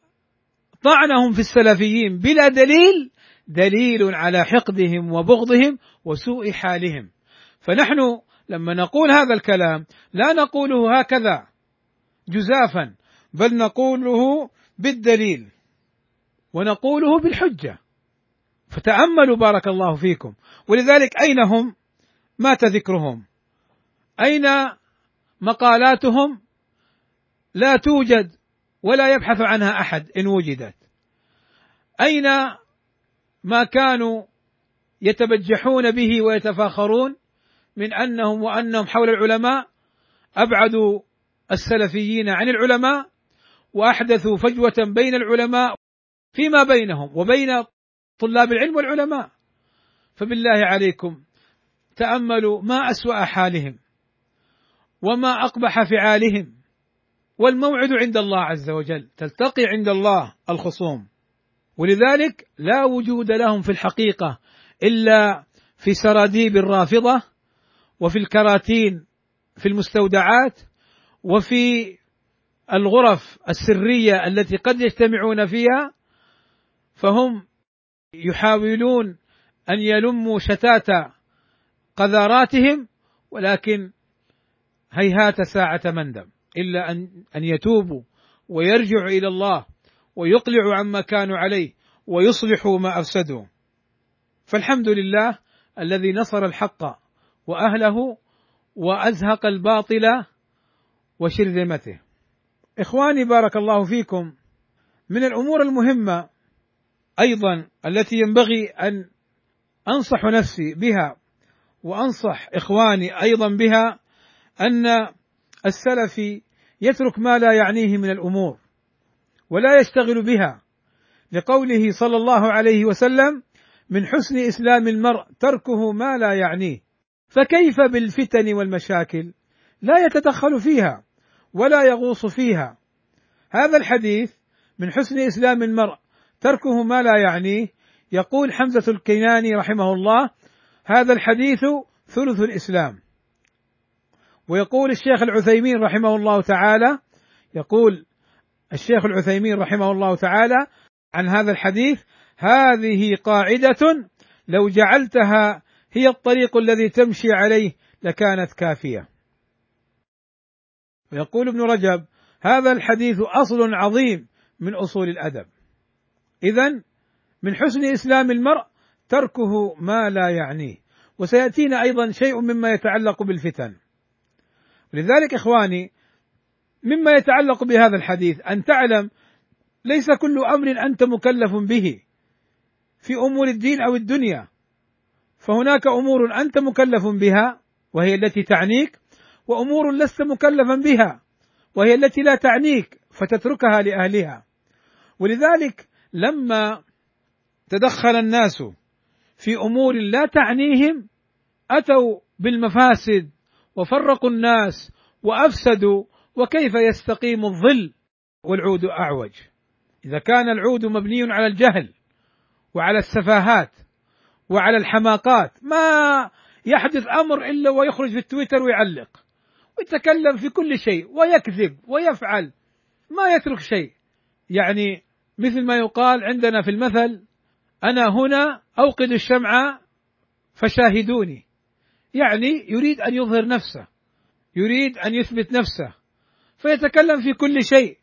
طعنهم في السلفيين بلا دليل دليل على حقدهم وبغضهم وسوء حالهم. فنحن لما نقول هذا الكلام لا نقوله هكذا جزافا، بل نقوله بالدليل ونقوله بالحجة. فتأملوا بارك الله فيكم. ولذلك أين هم؟ مات ذكرهم. أين مقالاتهم؟ لا توجد ولا يبحث عنها أحد إن وجدت. أين ما كانوا يتبجحون به ويتفاخرون من أنهم حول العلماء؟ أبعدوا السلفيين عن العلماء وأحدثوا فجوة بين العلماء فيما بينهم وبين طلاب العلم والعلماء. فبالله عليكم تأملوا ما أسوأ حالهم وما أقبح فعالهم، والموعد عند الله عز وجل، تلتقي عند الله الخصوم. ولذلك لا وجود لهم في الحقيقة إلا في سراديب الرافضة وفي الكراتين في المستودعات وفي الغرف السرية التي قد يجتمعون فيها، فهم يحاولون أن يلموا شتات قذاراتهم، ولكن هيهات ساعة مندم إلا أن يتوبوا ويرجعوا إلى الله ويقلعوا عما كانوا عليه ويصلحوا ما أفسدوا. فالحمد لله الذي نصر الحق وأهله وأزهق الباطل وشرذمته. إخواني بارك الله فيكم، من الأمور المهمة أيضا التي ينبغي أن أنصح نفسي بها وأنصح إخواني أيضا بها أن السلفي يترك ما لا يعنيه من الأمور ولا يشتغل بها، لقوله صلى الله عليه وسلم: من حسن إسلام المرء تركه ما لا يعنيه. فكيف بالفتن والمشاكل؟ لا يتدخل فيها ولا يغوص فيها. هذا الحديث من حسن إسلام المرء تركه ما لا يعنيه، يقول حمزة الكيناني رحمه الله: هذا الحديث ثلث الإسلام. ويقول الشيخ العثيمين رحمه الله تعالى، يقول الشيخ العثيمين رحمه الله تعالى عن هذا الحديث: هذه قاعدة لو جعلتها هي الطريق الذي تمشي عليه لكانت كافية. ويقول ابن رجب: هذا الحديث أصل عظيم من أصول الأدب. إذن من حسن إسلام المرء تركه ما لا يعنيه. وسيأتينا أيضا شيء مما يتعلق بالفتن. لذلك إخواني مما يتعلق بهذا الحديث أن تعلم ليس كل أمر أنت مكلف به في أمور الدين أو الدنيا، فهناك أمور أنت مكلف بها وهي التي تعنيك، وأمور لست مكلفا بها وهي التي لا تعنيك فتتركها لأهلها. ولذلك لما تدخل الناس في أمور لا تعنيهم أتوا بالمفاسد وفرقوا الناس وأفسدوا. وكيف يستقيم الظل والعود أعوج؟ إذا كان العود مبني على الجهل وعلى السفاهات وعلى الحماقات، ما يحدث أمر إلا ويخرج في التويتر ويعلق ويتكلم في كل شيء ويكذب ويفعل، ما يترك شيء. يعني مثل ما يقال عندنا في المثل: أنا هنا أوقد الشمعة فشاهدوني. يعني يريد أن يظهر نفسه، يريد أن يثبت نفسه، فيتكلم في كل شيء،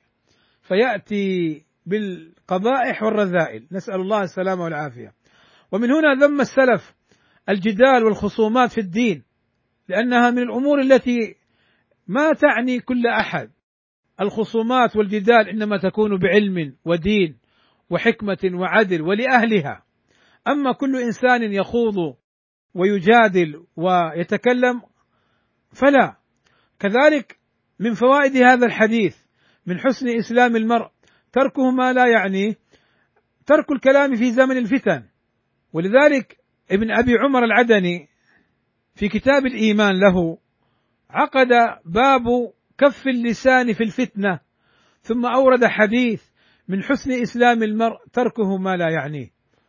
فيأتي بالقبائح والرذائل، نسأل الله السلامة والعافية. ومن هنا ذم السلف الجدال والخصومات في الدين، لأنها من الأمور التي ما تعني كل أحد. الخصومات والجدال إنما تكون بعلم ودين وحكمة وعدل ولأهلها، أما كل إنسان يخوض ويجادل ويتكلم فلا. كذلك من فوائد هذا الحديث من حسن إسلام المرء تركه ما لا يعنيه، ترك الكلام في زمن الفتن. ولذلك ابن أبي عمر العدني في كتاب الإيمان له عقد باب كف اللسان في الفتنة، ثم أورد حديث من حسن إسلام المرء تركه ما لا يعنيه،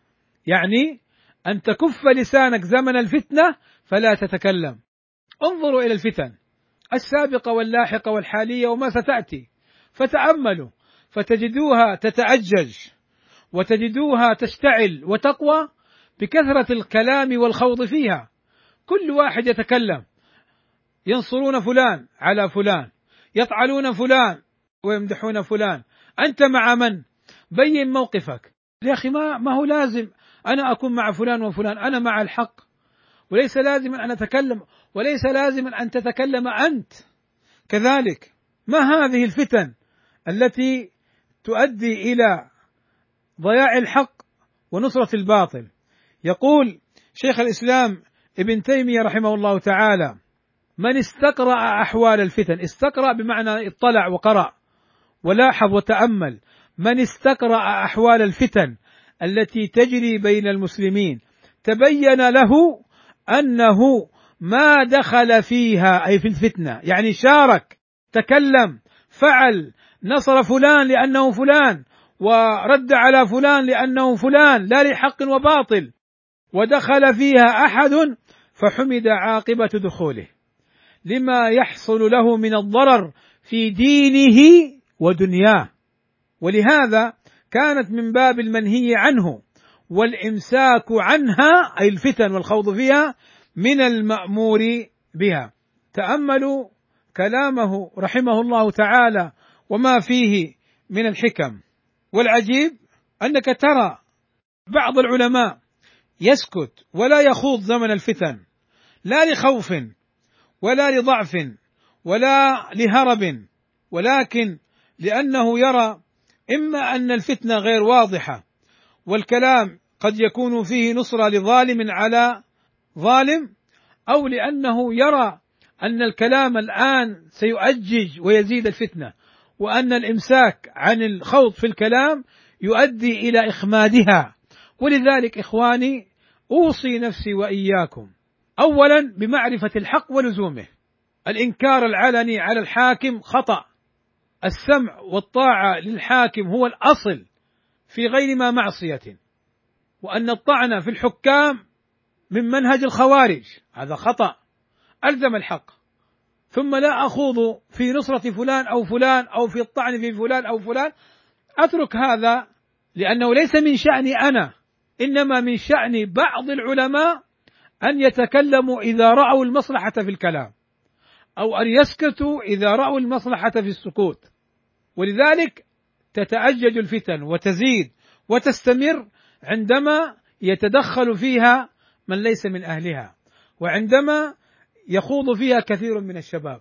يعني أن تكف لسانك زمن الفتنة فلا تتكلم. انظروا إلى الفتن السابقة واللاحقة والحالية وما ستأتي، فتأملوا فتجدوها تتأجج وتجدوها تشتعل وتقوى بكثرة الكلام والخوض فيها. كل واحد يتكلم، ينصرون فلان على فلان، يطعنون فلان ويمدحون فلان. أنت مع من؟ بين موقفك. يا أخي ما هو لازم أنا أكون مع فلان وفلان، أنا مع الحق، وليس لازم أن أتكلم، وليس لازم أن تتكلم أنت كذلك. ما هذه الفتن التي تؤدي إلى ضياع الحق ونصرة الباطل؟ يقول شيخ الإسلام ابن تيمية رحمه الله تعالى: من استقرأ أحوال الفتن، استقرأ بمعنى اطلع وقرأ ولاحظ وتأمل، من استقرأ أحوال الفتن التي تجري بين المسلمين تبين له أنه ما دخل فيها، أي في الفتنة، يعني شارك، تكلم، فعل، نصر فلان لأنه فلان، ورد على فلان لأنه فلان، لا لحق وباطل، ودخل فيها أحد فحمد عاقبة دخوله لما يحصل له من الضرر في دينه ودنياه. ولهذا كانت من باب المنهي عنه والإمساك عنها، أي الفتن والخوض فيها، من المأمور بها. تأملوا كلامه رحمه الله تعالى وما فيه من الحكم. والعجيب أنك ترى بعض العلماء يسكت ولا يخوض زمن الفتن، لا لخوف ولا لضعف ولا لهرب، ولكن لأنه يرى إما أن الفتنة غير واضحة والكلام قد يكون فيه نصرة لظالم على ظالم، أو لأنه يرى أن الكلام الآن سيؤجج ويزيد الفتنة، وأن الإمساك عن الخوض في الكلام يؤدي إلى إخمادها. ولذلك إخواني أوصي نفسي وإياكم أولا بمعرفة الحق ولزومه. الإنكار العلني على الحاكم خطأ، السمع والطاعة للحاكم هو الأصل في غير ما معصية، وأن الطعن في الحكام من منهج الخوارج هذا خطأ. ألزم الحق، ثم لا أخوض في نصرة فلان أو فلان أو في الطعن في فلان أو فلان، أترك هذا لأنه ليس من شأني أنا، إنما من شأن بعض العلماء أن يتكلموا إذا رأوا المصلحة في الكلام، أو أن يسكتوا إذا رأوا المصلحة في السكوت. ولذلك تتأجج الفتن وتزيد وتستمر عندما يتدخل فيها من ليس من أهلها، وعندما يخوض فيها كثير من الشباب.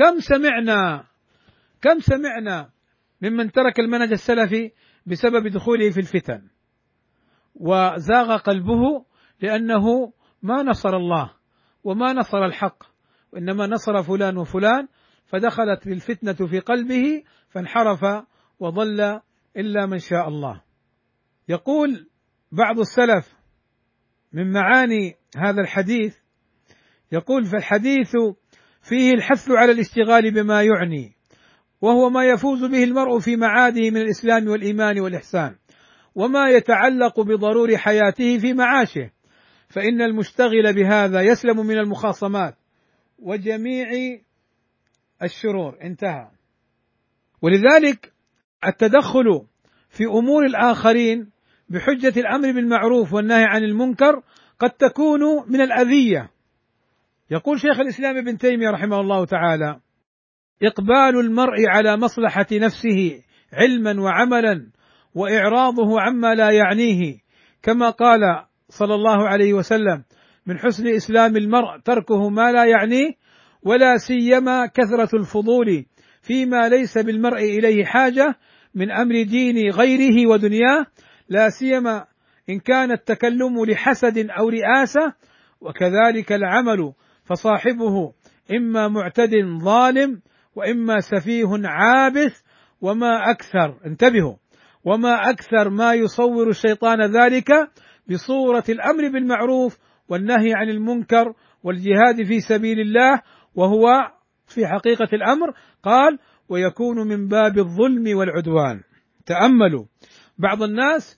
كم سمعنا ممن ترك المنهج السلفي بسبب دخوله في الفتن وزاغ قلبه، لأنه ما نصر الله وما نصر الحق، وإنما نصر فلان وفلان، فدخلت الفتنة في قلبه فانحرف وضل إلا من شاء الله. يقول بعض السلف من معاني هذا الحديث، يقول: فالحديث فيه الحث على الاشتغال بما يعني، وهو ما يفوز به المرء في معاده من الإسلام والإيمان والإحسان، وما يتعلق بضرور حياته في معاشه، فإن المشتغل بهذا يسلم من المخاصمات وجميع الشرور. انتهى. ولذلك التدخل في أمور الآخرين بحجة الأمر بالمعروف والنهي عن المنكر قد تكون من الأذية. يقول شيخ الإسلام ابن تيمية رحمه الله تعالى: إقبال المرء على مصلحة نفسه علما وعملا، وإعراضه عما لا يعنيه، كما قال صلى الله عليه وسلم: من حسن إسلام المرء تركه ما لا يعنيه، ولا سيما كثرة الفضول فيما ليس بالمرء إليه حاجة من أمر دين غيره ودنياه، لا سيما إن كان التكلم لحسد أو رئاسة، وكذلك العمل، فصاحبه إما معتد ظالم وإما سفيه عابث، وما أكثر، انتبهوا، وما أكثر ما يصور الشيطان ذلك بصورة الأمر بالمعروف والنهي عن المنكر والجهاد في سبيل الله، وهو في حقيقة الأمر قال: ويكون من باب الظلم والعدوان. تأملوا، بعض الناس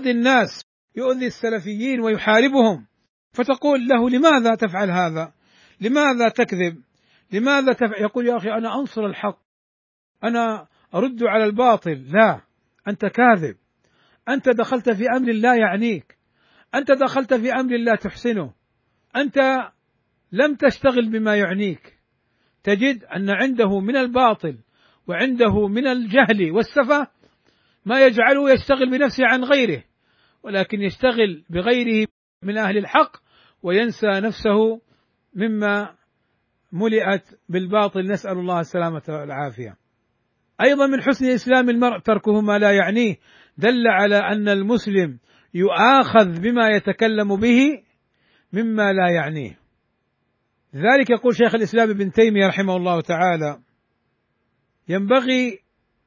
يؤذي السلفيين ويحاربهم، فتقول له: لماذا تفعل هذا؟ لماذا تكذب؟ لماذا تفعل؟ يقول: يا أخي أنا أنصر الحق، أنا أرد على الباطل. لا، أنت كاذب، أنت دخلت في أمر لا يعنيك، أنت دخلت في أمر لا تحسنه، أنت لم تشتغل بما يعنيك. تجد أن عنده من الباطل وعنده من الجهل والسفة ما يجعله يشتغل بنفسه عن غيره، ولكن يشتغل بغيره من أهل الحق وينسى نفسه مما ملئت بالباطل، نسأل الله السلامة والعافية. أيضا من حسن إسلام المرء تركه ما لا يعنيه، دل على أن المسلم يؤاخذ بما يتكلم به مما لا يعنيه. لذلك يقول شيخ الإسلام ابن تيمية رحمه الله تعالى: ينبغي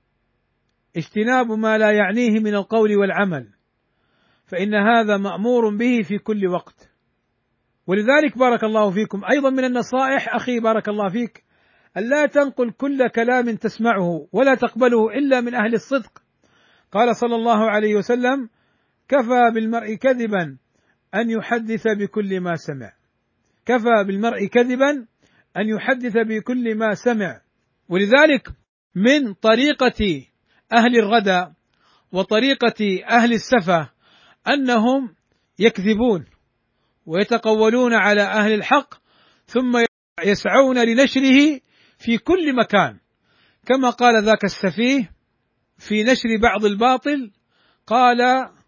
اجتناب ما لا يعنيه من القول والعمل، فإن هذا مأمور به في كل وقت. ولذلك بارك الله فيكم، أيضا من النصائح أخي بارك الله فيك، ألا تنقل كل كلام تسمعه ولا تقبله إلا من أهل الصدق. قال صلى الله عليه وسلم: كفى بالمرء كذبا أن يحدث بكل ما سمع. كفى بالمرء كذبا أن يحدث بكل ما سمع. ولذلك من طريقة أهل الردى وطريقة أهل السفة أنهم يكذبون ويتقولون على أهل الحق، ثم يسعون لنشره في كل مكان، كما قال ذاك السفيه في نشر بعض الباطل، قال: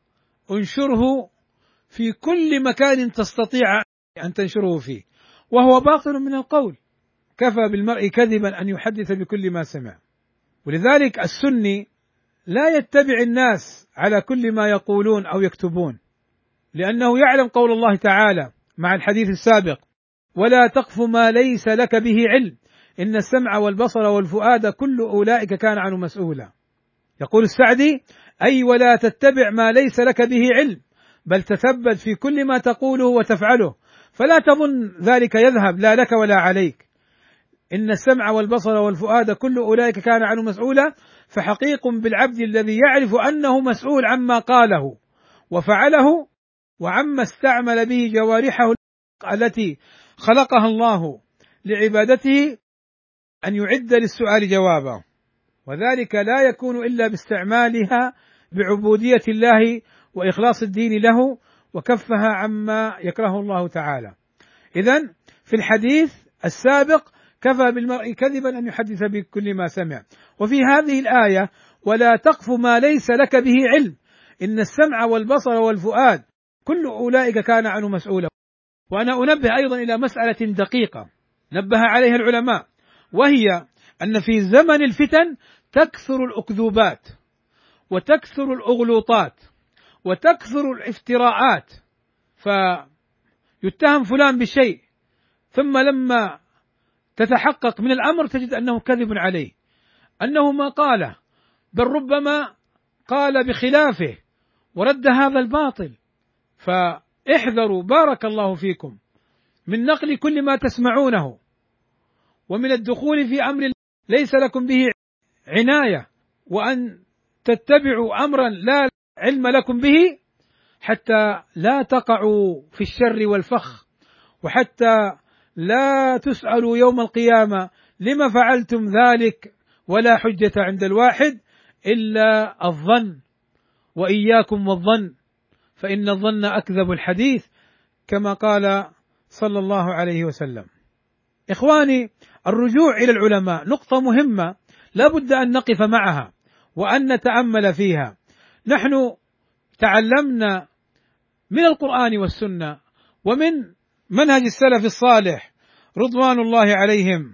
انشره في كل مكان تستطيع أن تنشره فيه، وهو باطل من القول. كفى بالمرء كذبا أن يحدث بكل ما سمع. ولذلك السني لا يتبع الناس على كل ما يقولون أو يكتبون، لأنه يعلم قول الله تعالى مع الحديث السابق: ولا تقف ما ليس لك به علم إن السمع والبصر والفؤاد كل أولئك كان عنه مسؤولا. يقول السعدي: أي ولا تتبع ما ليس لك به علم، بل تثبت في كل ما تقوله وتفعله، فلا تظن ذلك يذهب لا لك ولا عليك. إن السمع والبصر والفؤاد كل أولئك كان عنه مسؤولا، فحقيق بالعبد الذي يعرف أنه مسؤول عما قاله وفعله وعما استعمل به جوارحه التي خلقها الله لعبادته، أن يعد للسؤال جوابا، وذلك لا يكون إلا باستعمالها بعبودية الله وإخلاص الدين له وكفها عما يكره الله تعالى. إذن في الحديث السابق: كفى بالمرء كذبا أن يحدث بكل ما سمع. وفي هذه الآية: ولا تقف ما ليس لك به علم إن السمع والبصر والفؤاد كل أولئك كان عنه مسؤولا. وأنا أنبه أيضا إلى مسألة دقيقة نبه عليها العلماء، وهي أن في زمن الفتن تكثر الأكذوبات وتكثر الأغلوطات وتكثر الافتراءات، فيتهم فلان بشيء ثم لما تتحقق من الأمر تجد أنه كذب عليه، أنه ما قاله، بل ربما قال بخلافه ورد هذا الباطل. فاحذروا بارك الله فيكم من نقل كل ما تسمعونه، ومن الدخول في أمر ليس لكم به عناية، وأن تتبعوا أمرا لا علم لكم به، حتى لا تقعوا في الشر والفخ، وحتى لا تسألوا يوم القيامة لما فعلتم ذلك، ولا حجة عند الواحد إلا الظن. وإياكم والظن فإن الظن أكذب الحديث، كما قال صلى الله عليه وسلم. إخواني، الرجوع إلى العلماء نقطة مهمة لا بد أن نقف معها وأن نتأمل فيها. نحن تعلمنا من القرآن والسنة ومن منهج السلف الصالح رضوان الله عليهم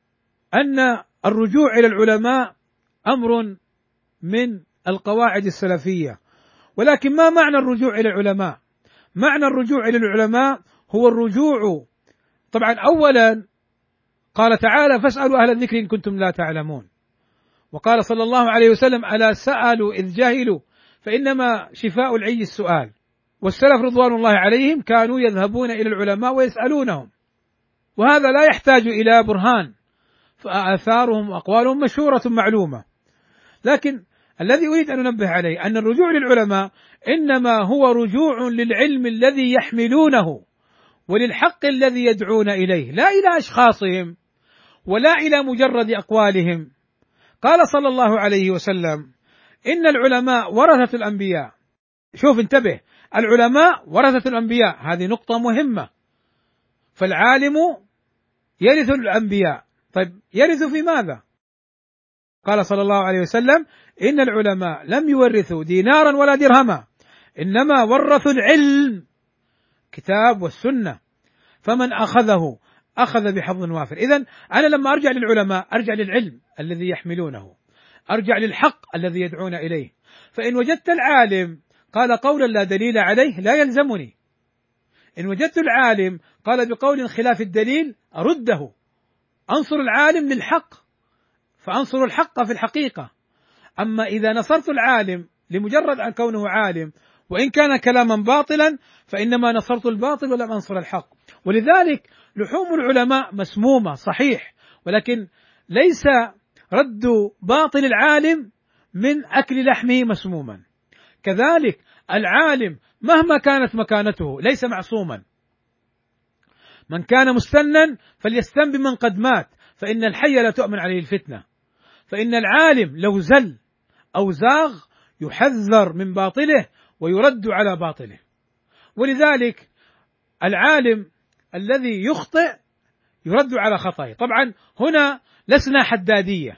أن الرجوع إلى العلماء أمر من القواعد السلفية. ولكن ما معنى الرجوع إلى العلماء؟ معنى الرجوع إلى العلماء هو الرجوع، طبعا أولا قال تعالى: فاسألوا أهل الذكر إن كنتم لا تعلمون. وقال صلى الله عليه وسلم: ألا سألوا إذ جهلوا فإنما شفاء العي السؤال. والسلف رضوان الله عليهم كانوا يذهبون إلى العلماء ويسألونهم، وهذا لا يحتاج إلى برهان، فآثارهم وأقوالهم مشهورة معلومة. لكن الذي أريد أن أنبه عليه أن الرجوع للعلماء إنما هو رجوع للعلم الذي يحملونه وللحق الذي يدعون إليه، لا إلى أشخاصهم ولا إلى مجرد أقوالهم. قال صلى الله عليه وسلم: إن العلماء ورثة الأنبياء. شوف انتبه، العلماء ورثة الأنبياء، هذه نقطة مهمة. فالعالم يرث الأنبياء. طيب يرث في ماذا؟ قال صلى الله عليه وسلم: إن العلماء لم يورثوا دينارا ولا درهما، إنما ورثوا العلم، كتاب والسنة، فمن أخذه أخذ بحظ وافر. إذن أنا لما أرجع للعلماء أرجع للعلم الذي يحملونه، أرجع للحق الذي يدعون إليه. فإن وجدت العالم قال قولا لا دليل عليه لا يلزمني، إن وجدت العالم قال بقول خلاف الدليل أرده، أنصر العالم للحق فأنصر الحق في الحقيقة. أما إذا نصرت العالم لمجرد أن كونه عالم وإن كان كلاما باطلا فإنما نصرت الباطل ولم أنصر الحق. ولذلك لحوم العلماء مسمومة صحيح، ولكن ليس رد باطل العالم من أكل لحمه مسموما. كذلك العالم مهما كانت مكانته ليس معصوما. من كان مستنا فليستن بمن قد مات، فإن الحي لا تؤمن عليه الفتنة. فإن العالم لو زل أو زاغ يحذر من باطله ويرد على باطله. ولذلك العالم الذي يخطئ يرد على خطئه. طبعا هنا لسنا حدادية،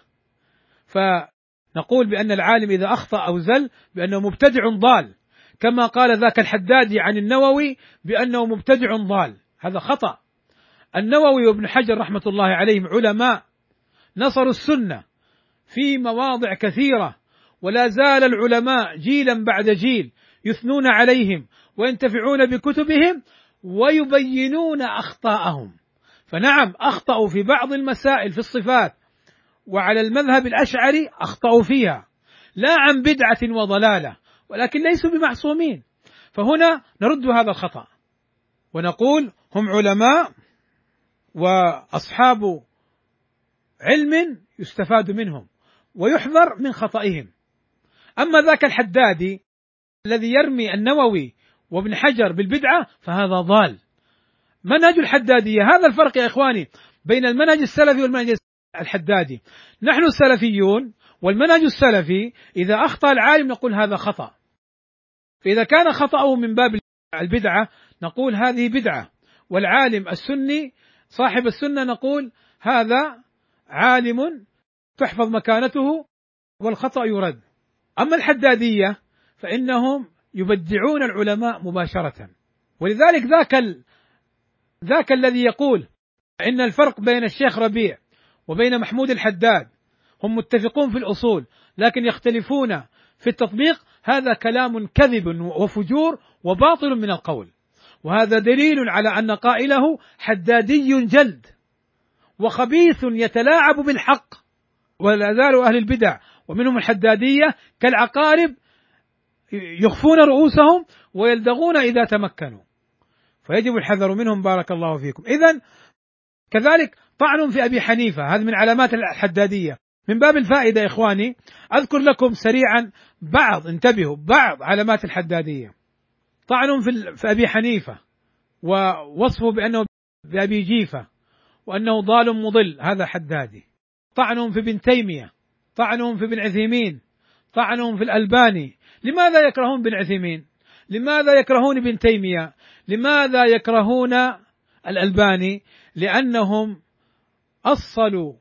فنقول بأن العالم إذا أخطأ أو زل بأنه مبتدع ضال، كما قال ذاك الحدادي عن النووي بأنه مبتدع ضال، هذا خطأ. النووي وابن حجر رحمة الله عليهم علماء نصروا السنة في مواضع كثيرة، ولا زال العلماء جيلا بعد جيل يثنون عليهم وينتفعون بكتبهم ويبينون أخطاءهم. فنعم أخطأوا في بعض المسائل في الصفات وعلى المذهب الأشعري أخطأوا فيها، لا عن بدعة وضلالة، ولكن ليسوا بمعصومين. فهنا نرد هذا الخطأ ونقول هم علماء وأصحاب علم يستفاد منهم ويحذر من خطئهم. أما ذاك الحدادي الذي يرمي النووي وابن حجر بالبدعة فهذا ضال. منهج الحدادية، هذا الفرق يا إخواني بين المنهج السلفي والمنهج الحدادي. نحن السلفيون والمنهج السلفي إذا أخطأ العالم نقول هذا خطأ، فإذا كان خطأه من باب البدعة نقول هذه بدعة، والعالم السني صاحب السنة نقول هذا عالم تحفظ مكانته والخطأ يرد. أما الحدادية فإنهم يبدعون العلماء مباشرة. ولذلك ذاك الذي يقول إن الفرق بين الشيخ ربيع وبين محمود الحداد هم متفقون في الأصول لكن يختلفون في التطبيق، هذا كلام كذب وفجور وباطل من القول، وهذا دليل على أن قائله حدادي جلد وخبيث يتلاعب بالحق. ولا زال أهل البدع ومنهم الحدادية كالعقارب يخفون رؤوسهم ويلدغون إذا تمكنوا، فيجب الحذر منهم بارك الله فيكم. إذن كذلك طعن في أبي حنيفة، هذا من علامات الحدادية. من باب الفائدة يا إخواني أذكر لكم سريعا بعض علامات الحدادية. طعن في أبي حنيفة ووصفه بأنه بأبي جيفة وأنه ضال مضل، هذا حدادي. طعنهم في ابن تيمية، طعنهم في ابن عثيمين، طعنهم في الألباني. لماذا يكرهون ابن عثيمين؟ لماذا يكرهون ابن تيمية؟ لماذا يكرهون الألباني؟ لأنهم أصلوا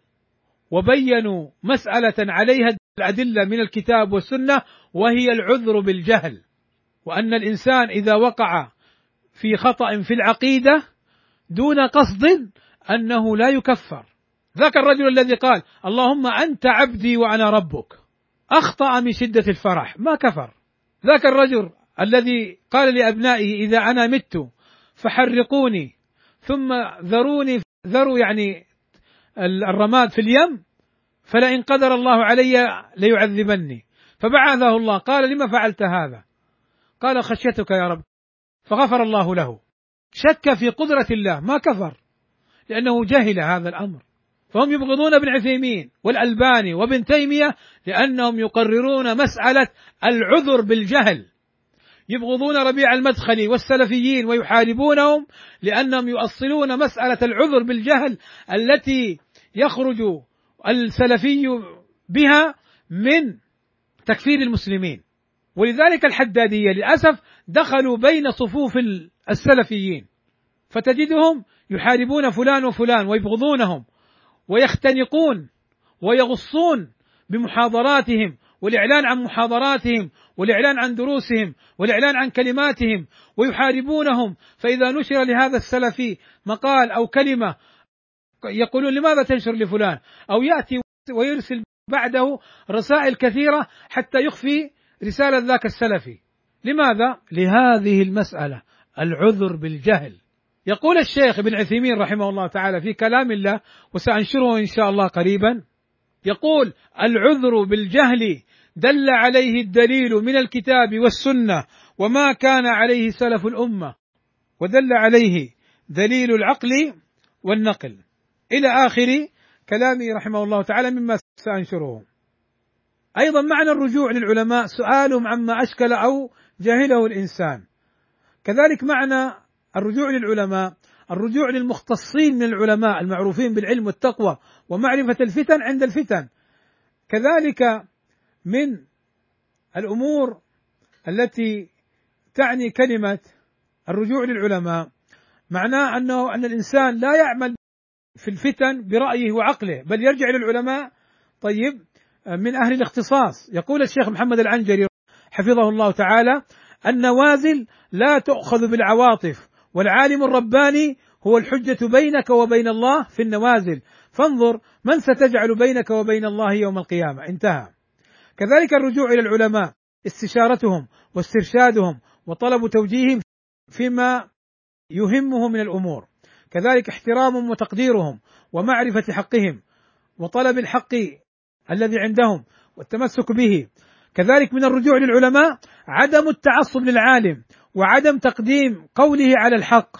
وبينوا مسألة عليها الأدلة من الكتاب والسنة، وهي العذر بالجهل، وأن الإنسان إذا وقع في خطأ في العقيدة دون قصد أنه لا يكفر. ذاك الرجل الذي قال اللهم أنت عبدي وأنا ربك أخطأ من شدة الفرح ما كفر. ذاك الرجل الذي قال لأبنائه إذا أنا مت فحرقوني ثم ذروا يعني الرماد في اليم فلئن قدر الله علي ليعذبني، فبعثه الله قال لما فعلت هذا؟ قال خشيتك يا رب، فغفر الله له. شك في قدرة الله ما كفر لأنه جهل هذا الأمر. فهم يبغضون ابن عثيمين والألباني وابن تيمية لأنهم يقررون مسألة العذر بالجهل، يبغضون ربيع المدخلي والسلفيين ويحاربونهم لأنهم يؤصلون مسألة العذر بالجهل التي يخرج السلفي بها من تكفير المسلمين. ولذلك الحدادية للأسف دخلوا بين صفوف السلفيين، فتجدهم يحاربون فلان وفلان ويبغضونهم ويختنقون ويغصون بمحاضراتهم والإعلان عن محاضراتهم والإعلان عن دروسهم والإعلان عن كلماتهم ويحاربونهم. فإذا نشر لهذا السلفي مقال أو كلمة يقولون لماذا تنشر لفلان، أو يأتي ويرسل بعده رسائل كثيرة حتى يخفي رسالة ذاك السلفي. لماذا؟ لهذه المسألة العذر بالجهل. يقول الشيخ ابن عثيمين رحمه الله تعالى في كلام الله وسأنشره إن شاء الله قريبا، يقول العذر بالجهل دل عليه الدليل من الكتاب والسنة وما كان عليه سلف الأمة، ودل عليه دليل العقل والنقل، إلى آخر كلامه رحمه الله تعالى مما سأنشره. أيضا معنى الرجوع للعلماء سؤالهم عما أشكل أو جهله الإنسان. كذلك معنى الرجوع للعلماء الرجوع للمختصين من العلماء المعروفين بالعلم والتقوى ومعرفة الفتن عند الفتن. كذلك من الأمور التي تعني كلمة الرجوع للعلماء معناه أن الإنسان لا يعمل في الفتن برأيه وعقله، بل يرجع للعلماء طيب من أهل الاختصاص. يقول الشيخ محمد العنجري حفظه الله تعالى النوازل لا تؤخذ بالعواطف، والعالم الرباني هو الحجة بينك وبين الله في النوازل، فانظر من ستجعل بينك وبين الله يوم القيامة. انتهى. كذلك الرجوع إلى العلماء استشارتهم واسترشادهم وطلب توجيههم فيما يهمه من الأمور، كذلك احترامهم وتقديرهم ومعرفة حقهم وطلب الحق الذي عندهم والتمسك به. كذلك من الرجوع للعلماء عدم التعصب للعالم وعدم تقديم قوله على الحق.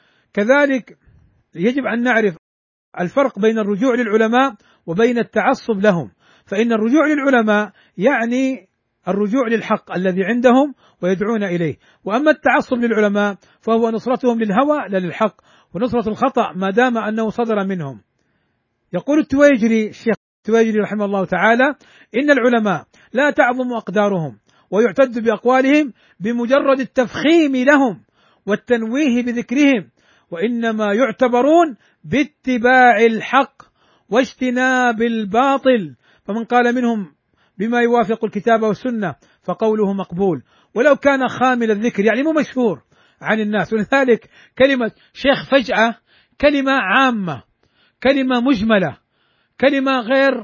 كذلك يجب أن نعرف الفرق بين الرجوع للعلماء وبين التعصب لهم، فإن الرجوع للعلماء يعني الرجوع للحق الذي عندهم ويدعون إليه، وأما التعصب للعلماء فهو نصرتهم للهوى لا للحق، ونصرة الخطأ ما دام أنه صدر منهم. يقول التويجري الشيخ التويجري رحمه الله تعالى إن العلماء لا تعظم أقدارهم ويعتد بأقوالهم بمجرد التفخيم لهم والتنويه بذكرهم، وإنما يعتبرون باتباع الحق واجتناب الباطل، فمن قال منهم بما يوافق الكتاب والسنة فقوله مقبول ولو كان خامل الذكر، يعني مو مشهور عن الناس. ولذلك كلمة شيخ فجأة كلمة عامة، كلمة مجملة، كلمة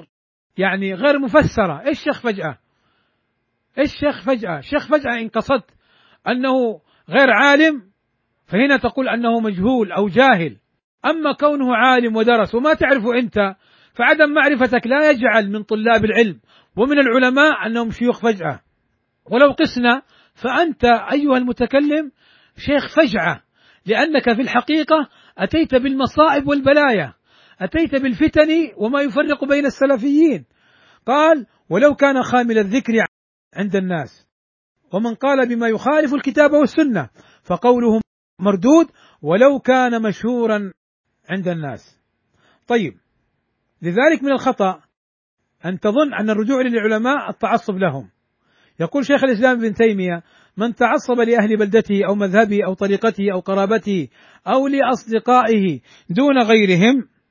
غير مفسرة. ايش شيخ فجأة؟ ايش شيخ فجأة؟ شيخ فجأة إن قصدت أنه غير عالم فهنا تقول أنه مجهول أو جاهل، أما كونه عالم ودرس وما تعرفه أنت فعدم معرفتك لا يجعل من طلاب العلم ومن العلماء أنهم شيوخ فجأة. ولو قسنا فأنت أيها المتكلم شيخ فجأة، لأنك في الحقيقة أتيت بالمصائب والبلايا، أتيت بالفتن وما يفرق بين السلفيين. قال ولو كان خامل الذكر عند الناس، ومن قال بما يخالف الكتاب والسنة فقوله مردود ولو كان مشهورا عند الناس. طيب، لذلك من الخطأ أن تظن أن الرجوع للعلماء التعصب لهم. يقول شيخ الإسلام ابن تيمية من تعصب لأهل بلدته أو مذهبه أو طريقته أو قرابته أو لأصدقائه دون غيرهم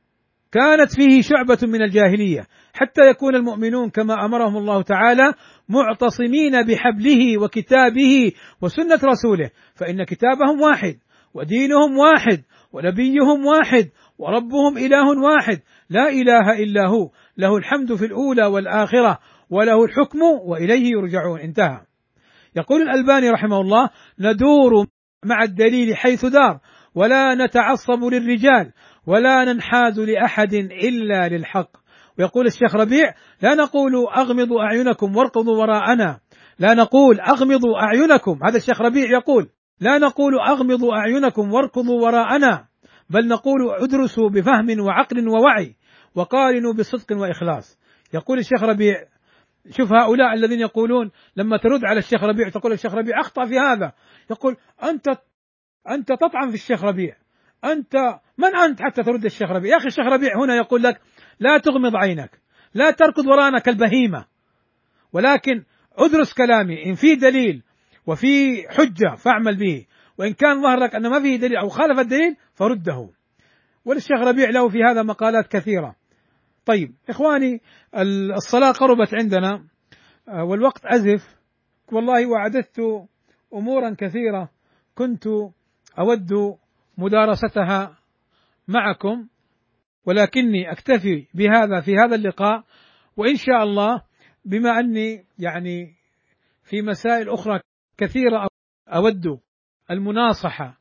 كانت فيه شعبة من الجاهلية، حتى يكون المؤمنون كما أمرهم الله تعالى معتصمين بحبله وكتابه وسنة رسوله، فإن كتابهم واحد ودينهم واحد ونبيهم واحد وربهم إله واحد لا إله إلا هو، له الحمد في الأولى والآخرة وله الحكم وإليه يرجعون. انتهى. يقول الألباني رحمه الله: ندور مع الدليل حيث دار، ولا نتعصب للرجال، ولا ننحاز لأحد إلا للحق. ويقول الشيخ ربيع: لا نقول أغمضوا أعينكم واركضوا وراءنا، لا نقول أغمضوا أعينكم، هذا الشيخ ربيع يقول: لا نقول أغمضوا أعينكم واركضوا وراءنا، بل نقول ادرسوا بفهم وعقل ووعي، وقارنوا بصدق وإخلاص. يقول الشيخ ربيع: شوف هؤلاء الذين يقولون لما ترد على الشيخ ربيع تقول الشيخ ربيع أخطأ في هذا، يقول: أنت تطعن في الشيخ ربيع، أنت من أنت حتى ترد الشيخ ربيع؟ يا أخي الشيخ ربيع هنا يقول لك: لا تغمض عينك، لا تركض ورانا كالبهيمة، ولكن ادرس كلامي، إن في دليل وفي حجة فاعمل به، وإن كان ظهر لك أن ما فيه دليل أو خالف الدليل فرده. والشيخ ربيع له في هذا مقالات كثيرة. طيب إخواني، الصلاة قربت عندنا والوقت أزف، والله وعددت أمورا كثيرة كنت أود مدارستها معكم، ولكني أكتفي بهذا في هذا اللقاء، وإن شاء الله بما أني يعني في مسائل أخرى كثيرة أود المناصحة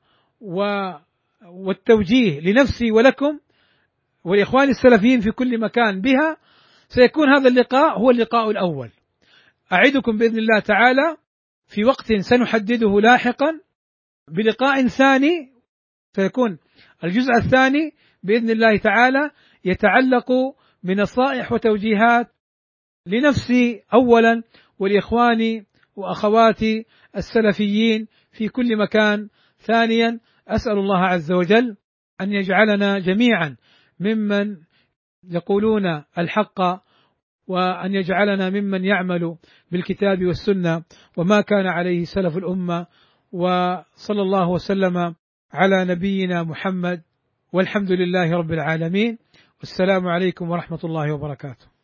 والتوجيه لنفسي ولكم والإخوان السلفيين في كل مكان بها، سيكون هذا اللقاء هو اللقاء الأول. أعدكم بإذن الله تعالى في وقت سنحدده لاحقا بلقاء ثاني، سيكون الجزء الثاني بإذن الله تعالى يتعلق بنصائح وتوجيهات لنفسي أولا ولإخواني وأخواتي السلفيين في كل مكان ثانيا. أسأل الله عز وجل أن يجعلنا جميعا ممن يقولون الحق، وأن يجعلنا ممن يعمل بالكتاب والسنة وما كان عليه سلف الأمة، وصلى الله وسلم على نبينا محمد، والحمد لله رب العالمين، والسلام عليكم ورحمة الله وبركاته.